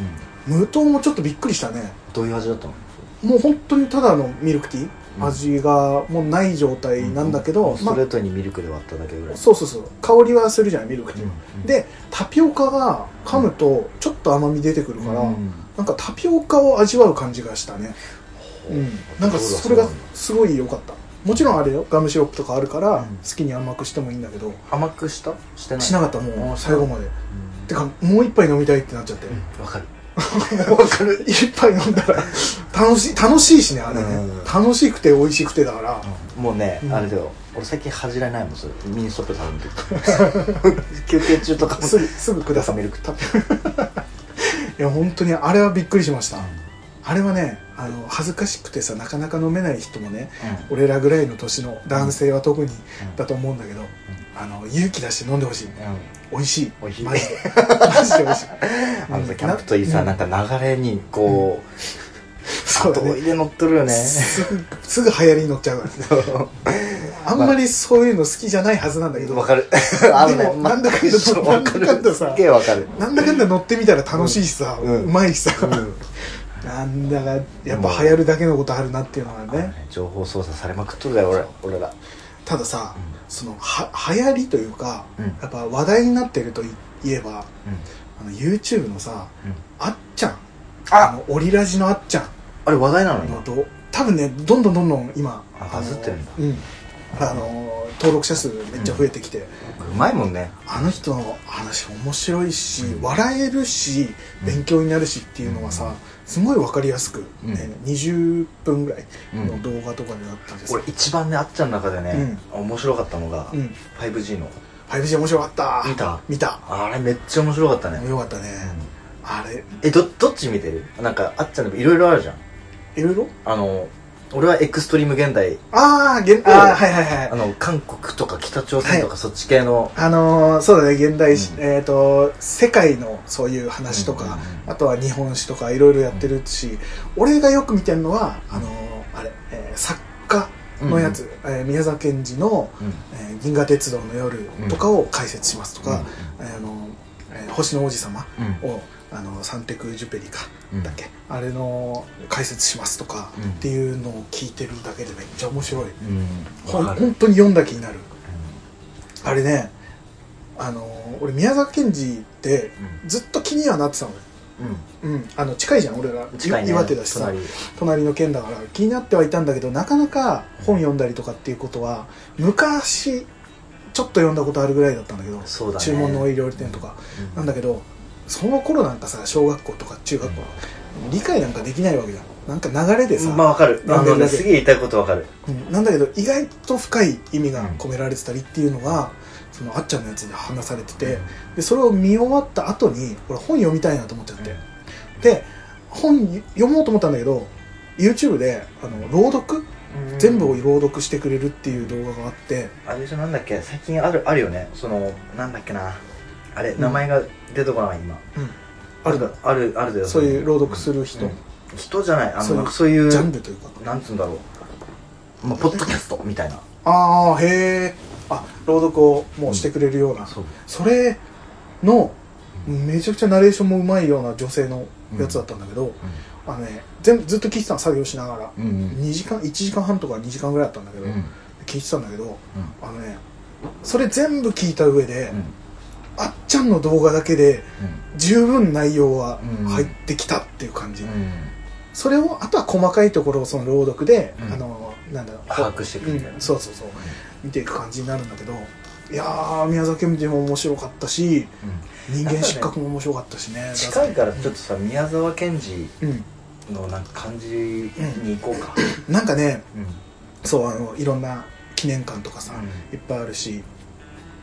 無糖もちょっとびっくりしたね。
どういう味だったの？
もう本当にただのミルクティー、うん、味がもうない状態なんだけど、うん、
ストレートにミルクで割っただけぐらい、
ま、そうそうそう香りはするじゃんミルクティー、うんうん、でタピオカが噛むとちょっと甘み出てくるから、うん、なんかタピオカを味わう感じがしたね、うん、なんかそれがすごい良かった。もちろんあれよガムシロップとかあるから好きに甘くしてもいいんだけど、うん、
甘くしたしてない？
しなかった。もう最後まで、うん、てかもう一杯飲みたいってなっちゃって。わ、
うん、かる
わかる。一杯飲んだら楽しい楽しいしねあれね、うん、楽しくて美味しくてだから、
うん、もうね、うん、あれだよ俺最近恥じられないもんそれミニストップ頼んで休憩中とかも
すぐすぐくださいミルク食べいや本当にあれはびっくりしました、うん、あれはねあの恥ずかしくてさなかなか飲めない人もね、うん、俺らぐらいの年の男性は特にだと思うんだけど、うん、あの勇気出して飲んでほしい、うん、美味しい
美味しい
マジでマジで美味しい
あのさキャンプといいさ、うん、なんか流れにこう、うんそうだね、後追いで乗っとるよね。
すぐすぐ流行りに乗っちゃうからあんまりそういうの好きじゃないはずなんだけど。
わかる。
あのね、でもなんだかんだなんだかんださ、
わかる。
なんだかんだ乗ってみたら楽しいしさ、うん、うまいしさ、うん、なんだかやっぱ流行るだけのことあるなっていうのがね。ね
情報操作されまくっとるだよ俺俺ら。
たださ、うん、そのは流行りというか、うん、やっぱ話題になってると言えば、うん、あの YouTube のさ、うん、あっちゃん、あのオリラジのあっちゃん。
あれ話題なの
今多分ねどんどんどんどん今
バズってるんだ、
うん、あの登録者数めっちゃ増えてきて、
うん、うまいもんね
あの人の話面白いし、うん、笑えるし勉強になるしっていうのがさ、うん、すごい分かりやすく、うんね、にじゅっぷんぐらいの動画とかになったんです、
うん、俺一番ねあっちゃんの中でね、うん、面白かったのが、うん、ファイブジー の
ファイブジー 面白かった。
見た
見た
あれめっちゃ面白かったね。
よかったね、うん、あれ
え ど, どっち見てる？なんかあっちゃんのいろいろあるじゃん。
いろいろあ
の俺はエクストリーム現代。
あー現あーはいはいはい。
あの韓国とか北朝鮮とか、はい、そっち系の
あのー、そうだね現代史、うん、えっ、ー、と世界のそういう話とか、うんうんうん、あとは日本史とかいろいろやってるし、うん、俺がよく見てるのはあのー、あれ、えー、作家のやつ、うんうんえー、宮沢賢治の、うんえー「銀河鉄道の夜」とかを解説しますとか、うんうん、あのえー、星の王子様を、うんあのサンテクジュペリか、うん、だっけあれの解説しますとか、うん、っていうのを聞いてるだけでめっちゃ面白い、うん、ほん本当に読んだ気になる、うん、あれねあの俺宮沢賢治ってずっと気にはなってたのよ、うんうん、あの近いじゃん俺ら、ね、岩手だしさ 隣, 隣の県だから気になってはいたんだけどなかなか本読んだりとかっていうことは昔ちょっと読んだことあるぐらいだったんだけど、
そうだね、
注文のお料理店とか、うん、なんだけどその頃なんかさ小学校とか中学校、うん、理解なんかできないわけじゃん。なんか流れでさ、
まあわかる、あのねすげえ言いたいことわかる、
うん、なんだけど意外と深い意味が込められてたりっていうのが、うん、そのあっちゃんのやつで話されてて、うん、でそれを見終わった後に俺本読みたいなと思っちゃって、うん、で本読もうと思ったんだけど YouTube であの朗読全部を朗読してくれるっていう動画があって、
あれじゃなんだっけ最近あるあるよね、そのなんだっけなあれ、うん、名前が出てこない今、うん、あるあるあるだよ
そういう朗読する人、
うん、人じゃないあのそういう
ジャンルというか
なんつうんだろう、まあ、ポッドキャストみたいな
ああへえあ朗読をもうしてくれるような、うん、そうそれのめちゃくちゃナレーションもうまいような女性のやつだったんだけど、うんうんあのね、全ずっと聞いてたの作業しながら、うんうん、にじかんいちじかんはんとかにじかんぐらいだったんだけど、うん、聞いてたんだけど、うん、あのねそれ全部聞いた上で、うん、あっちゃんの動画だけで十分内容は入ってきたっていう感じ、うん、それをあとは細かいところをその朗読で、うん、あのなんだろう
把握していくみたいな、うん、
そうそうそう、うん、見ていく感じになるんだけどいやー宮崎賢治も面白かったし、うん、人間失格も面白かったしね
近いからちょっとさ、うん、宮沢賢治のなんか感じに行こうか、
うん、なんかね、うん、そうあのいろんな記念館とかさ、うん、いっぱいあるし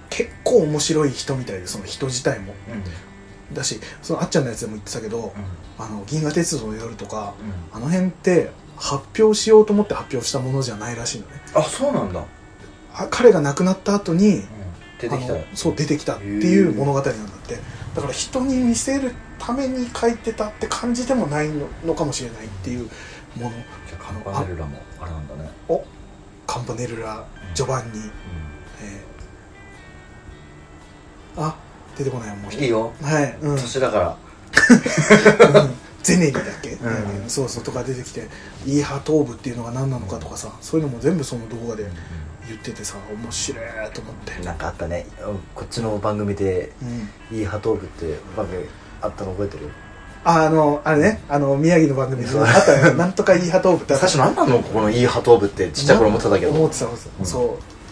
結構面白い人みたいで、その人自体も、
うん、
だし、そのあっちゃんのやつでも言ってたけど、うん、あの銀河鉄道の夜とか、うん、あの辺って発表しようと思って発表したものじゃないらしいのね。
あ、そうなんだ。
彼が亡くなった後に、うん、
出てきた。
そう出てきたっていう物語なんだって。だから人に見せるために書いてたって感じでもない の, のかもしれないっていうもの。
じゃあカンパネルラもあれなんだね。
おカンパネルラ、ジョバンニ、うん、えー、あ出てこないもう
いいよ、
はい、うん、
年だから、
うん、ゼネリだっけ、うんうん、そうそうとか出てきて、イーハトーブっていうのが何なのかとかさ、そういうのも全部その動画で言っててさ、面白いと思って。
なんかあったね、こっちの番組で、うん、イーハトーブって番組あったの覚えてる？
あ、あの、あれね、あの、宮城の番組であったよ。なんとかイーハトーブって
最初何なのこのイーハトーブってちっちゃい頃思ってたけど。
思ってた、思ってた。うん、そう、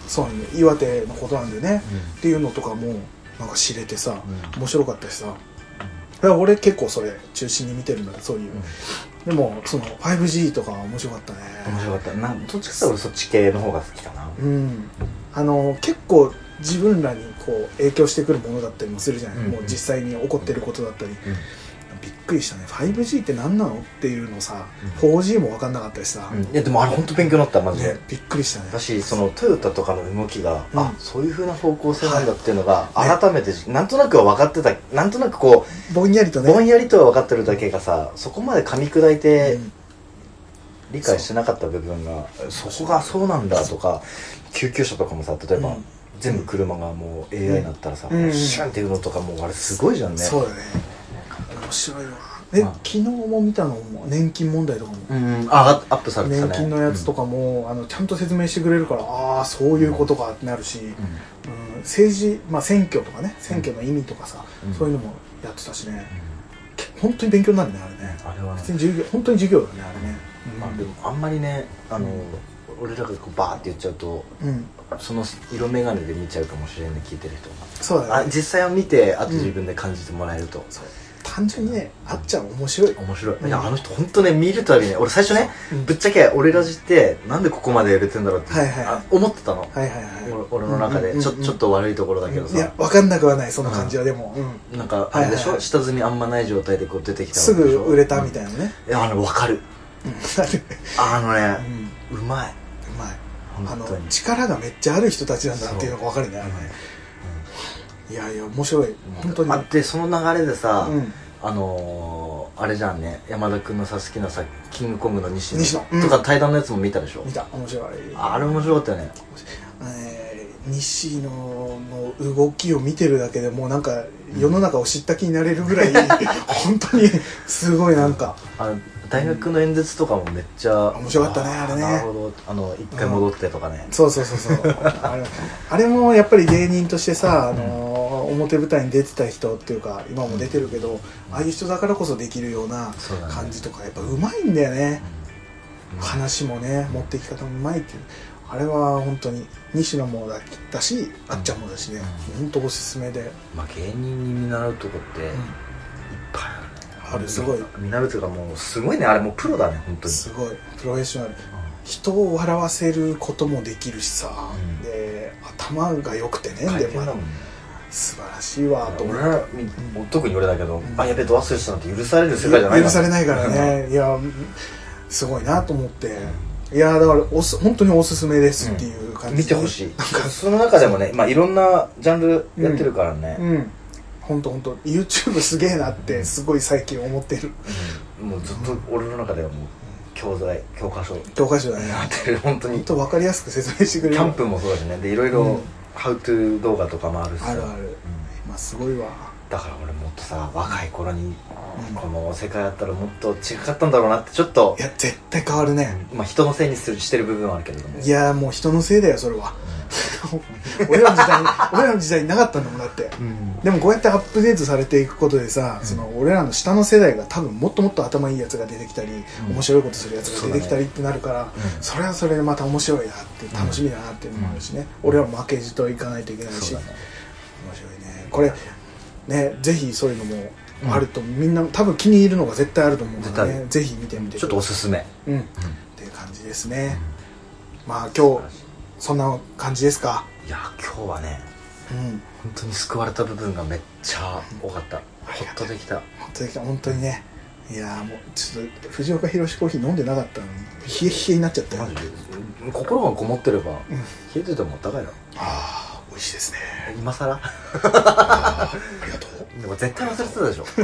そうね、岩手のことなんでね、うん、っていうのとかも、なんか知れてさ、うん、面白かったしさ。だから俺結構それ中心に見てるんだ、そういう。うん、でも、その ファイブジー とか面白かったね。
面白かった。などっちかっていうと俺そっち系の方が好きかな。
うん。あの、結構自分らにこう影響してくるものだったりもするじゃない、うん、もう実際に起こってることだったり。うんうん、びっくりしたね。 ファイブジー って何なのっていうのさ、うん、フォージー も分かんなかったしさ、
うん、いやでもあれ本当勉強になったマジで、
ね、びっくりしたね。
だしそのトヨタとかの動きが、うん、あそういう風な方向性なんだっていうのが改めて、ね、なんとなくは分かってた、なんとなくこう
ぼんやりとね、
ぼんやりとは分かってるだけがさ、そこまで噛み砕いて、うん、理解してなかった部分が そ, そこがそうなんだとか、救急車とかもさ、例えば、うん、全部車がもう エーアイ になったらさ、うん、シュンっていうのとかもあれすごいじゃんね。
そうだね、面白いわ。え、まあ、昨日も見たのも年金問題とかも、
うん、あアップされてたね。
年金のやつとかも、うん、あのちゃんと説明してくれるから、ああそういうことかってなるし、うんうん、政治、まあ、選挙とかね、選挙の意味とかさ、うん、そういうのもやってたしね、うん、本当に勉強になるねあれね。あれはね、普通に授業、本当に授業だねあれね、
うん、まあ、でもあんまりね、あの、うん、俺らがこうバーって言っちゃうと、うん、その色眼鏡で見ちゃうかもしれない、聞いてる人が。そうだね、あ実際は見て、あと自分で感じてもらえると、うん、そう
単純にね、あっちゃん面白い。
面白い。いや、あの人本当ね、見るたびね、俺最初ね、ぶっちゃけ俺ラジってなんでここまで売れてんだろうって思ってたの。はいはいはい。俺の中でちょちょっと悪いところだけどさ。
いや、わかんなくはないその感じは。でも
なんかあれでしょ、下積みあんまない状態でこう出てきた。
すぐ売れたみたいなね。
いや、あのわかる。あのね、うまい。
うまい。あの力がめっちゃある人たちなんだっていうのがわかるね。いやいや面白い本当に。
あってその流れでさ。あのー、あれじゃんね、山田君のさ好きなさキングコングの西野
西野、うん、
とか対談のやつも見たでしょ。
見た。面白い。
あれ面白かったよね。
えー、西野の動きを見てるだけでもうなんか世の中を知った気になれるぐらい、うん、本当にすごいなんか、
うん、あの大学の演説とかもめっちゃ
面白かったねあれね。
なるほど、あの一回戻ってとかね、
うん、そうそうそうそうあれあれもやっぱり芸人としてさ、あのー表舞台に出てた人っていうか今も出てるけど、うん、ああいう人だからこそできるような感じとかやっぱうまいんだよね、うん、話もね持っていき方もうまいっていう、あれは本当に西野もだしあっちゃんもだしね、うん、本当おすすめで、
まあ、芸人に見習うとこっていっぱいあるね、
あれすごい
見習うというかもうすごいね、あれもうプロだね本当に。す
ごいプロフェッショナル、うん、人を笑わせることもできるしさ、うん、で頭が良くてね、でも素晴らしいわと思って。俺ら、
うん、特に俺だけど、うん、あやべえと忘れてたなんて許される世界じゃない
許されないからねいやすごいなと思って、いやだからおす本当におすすめですっていう感じで、
うん、見てほしい。なんかその中でもね、まあいろんなジャンルやってるからね、うん、うん、本当本当
YouTube すげえなってすごい最近思ってる、
うん、もうずっと俺の中ではもう教材教科書
教科書だね
なってる。本当に
本当分かりやすく説明してくれる。
キャンプもそうだしね、でいろいろ、うんハウトゥー動画とかもあるしさ、
あるある、うん、まあすごいわ。
だから俺もっとさ若い頃にこの世界あったらもっと違かったんだろうなってちょっと。
いや絶対変わるね、
まあ人のせいにするしてる部分はあるけれども、
いやもう人のせいだよそれは、うん、俺らの時代に俺らの時代になかったんだもんだって、うん、でもこうやってアップデートされていくことでさ、うん、その俺らの下の世代が多分もっともっと頭いいやつが出てきたり、うん、面白いことするやつが出てきたりってなるから、 そ,、ねうん、それはそれでまた面白いなって楽しみだなっていうのもあるしね、うん、俺らも負けじといかないといけないし、ね、面白いねこれね。ぜひそういうのもあると、うん、みんな多分気に入るのが絶対あると思うからね、ぜひ見てみて。
ちょっとおすすめ、
うん、うん、っていう感じですね、うん、まあ今日そんな感じですか。
いや今日はね
うん、
本当に救われた部分がめっちゃ多かった、うん、ほっとできた、
ほっとできた本当にね。いやもうちょっと藤岡弘コーヒー飲んでなかったのに冷え冷えになっちゃったよ。マジで
心がこもってれば、うん、冷えてても高いよ。
ああ美味しいですね。
今更あ
ありがとう。
でも絶対忘れてたでしょ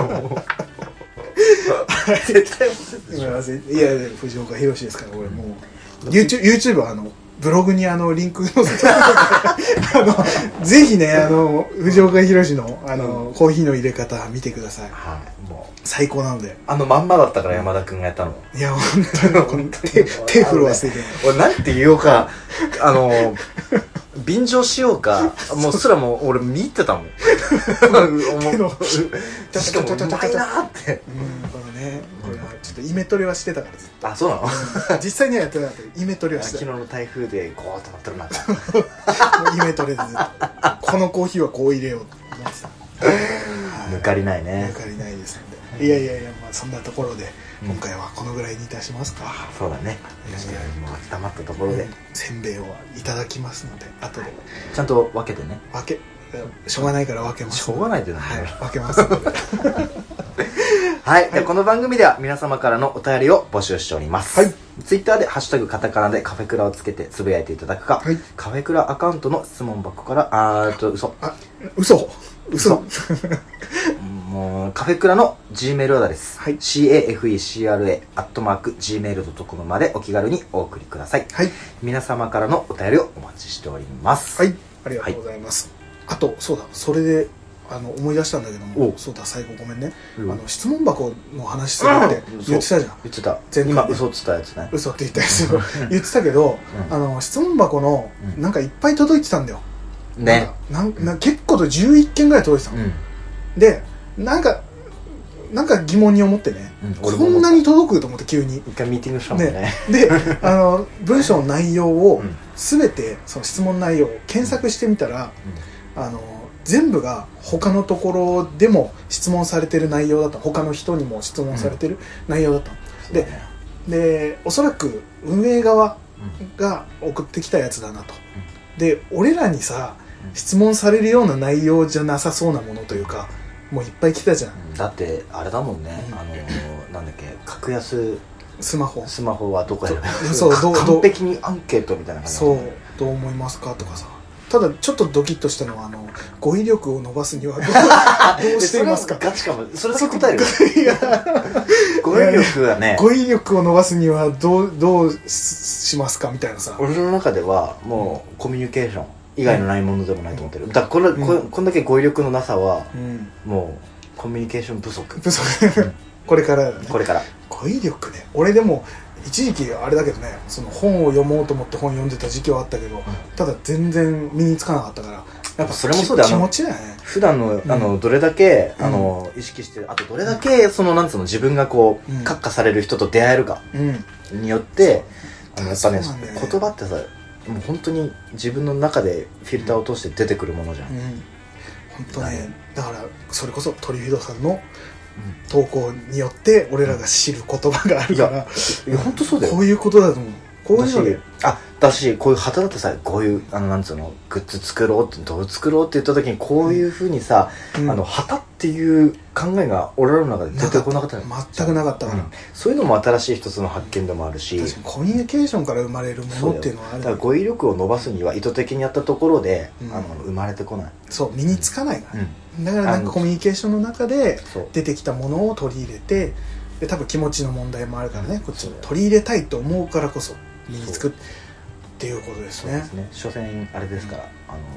絶対忘れてたでしょ。
いやいや藤岡弘ですから俺もう YouTube, YouTube はあのブログにあのリンク載せてあのぜひねあの藤岡弘のあの、うん、コーヒーの入れ方見てください。はい、もう最高なので。
あのまんまだったから山田君がやったの。
いや本当に本当に手手振るわせて、
俺なんて言おうかあの便乗しようかもうすらも俺見入ってたもん。
手の
しかもうまいなって。
うんこのねこれはちょっとイメトレはしてたからずっと。
あそうなの。
実際にはやってなかったイメトレはしてた。
昨日の台風でこうとなってる中
イメトレでずっとこのコーヒーはこう入れようって思ってた。
抜かりないね。
抜かりないですので。いやいやいやまあそんなところで今回はこのぐらいにいたしますか。
そうだね。もう温まったところで
せんべいをいただきますので後で
ちゃんと分けてね。
分けしょうがないから分けます。
しょうがないってなんだよ。
分けますので
はい、はい、この番組では皆様からのお便りを募集しております。はい、ツイッターでハッシュタグカタカナでカフェクラをつけてつぶやいていただくか、はい、カフェクラアカウントの質問箱からあーっと嘘
あ嘘嘘
もうカフェクラの G メールアドレス、はい、カフェクラ アットマーク ジーメールドットコム までお気軽にお送りください。はい、皆様からのお便りをお待ちしております。
はい、ありがとうございます。はい、あとそうだそれであの思い出したんだけども、そうだ最後ごめんね、うん、あの質問箱の話するって言ってたじゃん。
言ってた。今嘘っつったやつね。
嘘って言ったやつ言ってたけど、うん、あの質問箱のなんかいっぱい届いてたんだよ。ね。なんかなん結構とじゅういっけんぐらい届いてたの。うん、でなんかなんか疑問に思ってね、うん、こんなに届くと思って急に
一回ミーティングしたもんね。ね
であの文章の内容を全てその質問内容を検索してみたら、うん、あの全部が他のところでも質問されてる内容だった。他の人にも質問されてる内容だった、うん、で、ね、でおそらく運営側が送ってきたやつだなと、うん、で俺らにさ質問されるような内容じゃなさそうなものというかもういっぱい来たじゃん、うん、
だってあれだもんね、うん、あのなんだっけ格安
スマホ
スマホはどこやる
そうどう
完璧にアンケートみたいな感じ、
そうどう思いますかとかさ。ただちょっとドキッとしたのはあの語彙力を伸ばすにはどう, どうしていますか。
ガチかもそれで答える語彙力はね
語彙力を伸ばすにはどうどうしますかみたいなさ。
俺の中ではもうコミュニケーション以外のないものでもないと思ってる。だからこれ、うん、こ, こんだけ語彙力のなさは、うん、もうコミュニケーション不足
不足、うん、これからだね。
これから
語彙力ね。俺でも一時期あれだけどねその本を読もうと思って本読んでた時期はあったけど、うん、ただ全然身につかなかったからやっぱ
それもそうだよ。
気持ちだよね。
普段のあのどれだけ、うん、あの意識してるあとどれだけそのなんつうの自分がこう、うん、閣下される人と出会えるかによって、うん、あのやっぱね言葉ってさもう本当に自分の中でフィルターを通して出てくるものじゃん、うん、
本当ね。だからそれこそトリフィドさんの投稿によって俺らが知る言葉があるから、いや、
いや本当そうだよ。
こういうことだと思う。こういうので
あだしこういう旗だってさこういうあのなんつうのグッズ作ろうってどう作ろうって言った時にこういうふうにさ、うん、あの旗っていう考えが俺らの中で出てこなかったの。
全くなかったから、うん、
そういうのも新しい一つの発見でもあるし、
確かにコミュニケーションから生まれるものっていうのはある。
だから語彙力を伸ばすには意図的にやったところで、うん、あの生まれてこない。
そう身につかないから、うん、だからなんかコミュニケーションの中で出てきたものを取り入れてで多分気持ちの問題もあるからね、こっち取り入れたいと思うからこそ身につくっていうことですね。そうですね。
所詮あれですから、あの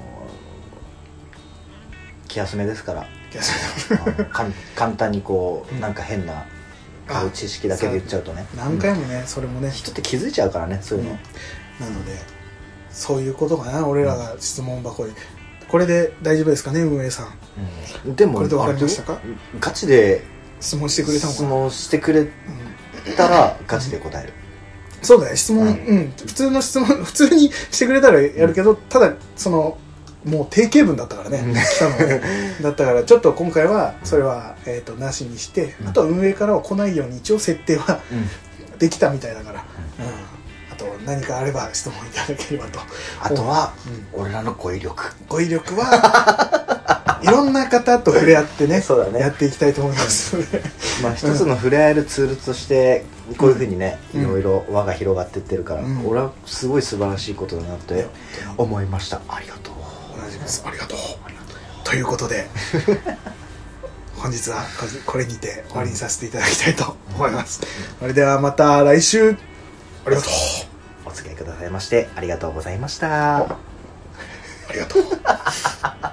気休めですから簡単にこう、うん、なんか変な知識だけで言っちゃうとね
何回もね、うん、それもね
人って気づいちゃうからねそういうの、うん、
なのでそういうことかな。俺らが質問箱に、うん、これで大丈夫ですかね運営さん、
うん、でも
これで分かりましたか。
ガチで
質問してくれたのかな。
質問してくれたらガチで答える、
そうだね質問、うんうん、普通の質問普通にしてくれたらやるけど、うん、ただそのもう定型文だったからね、うん、来たのねだったからちょっと今回はそれは、えー、となしにして、うん、あとは運営からは来ないように一応設定は、うん、できたみたいだから、うんうん、 と何かあれば質問いただければと。
あとは、うん、俺らの語彙力
語彙力はいろんな方と触れ合ってね
そうだね
やっていきたいと思います
まあ一つの触れ合えるツールとしてこういうふうにね、うん、いろいろ輪が広がっていってるから、うん、俺はすごい素晴らしいことだなって思いました。ありがとう。
同じです。ありがとう。ということで本日はこれにて終わりにさせていただきたいと思います。それではまた来週。ありがとう。
お付き合いくださいましてありがとうございました。
ありがとう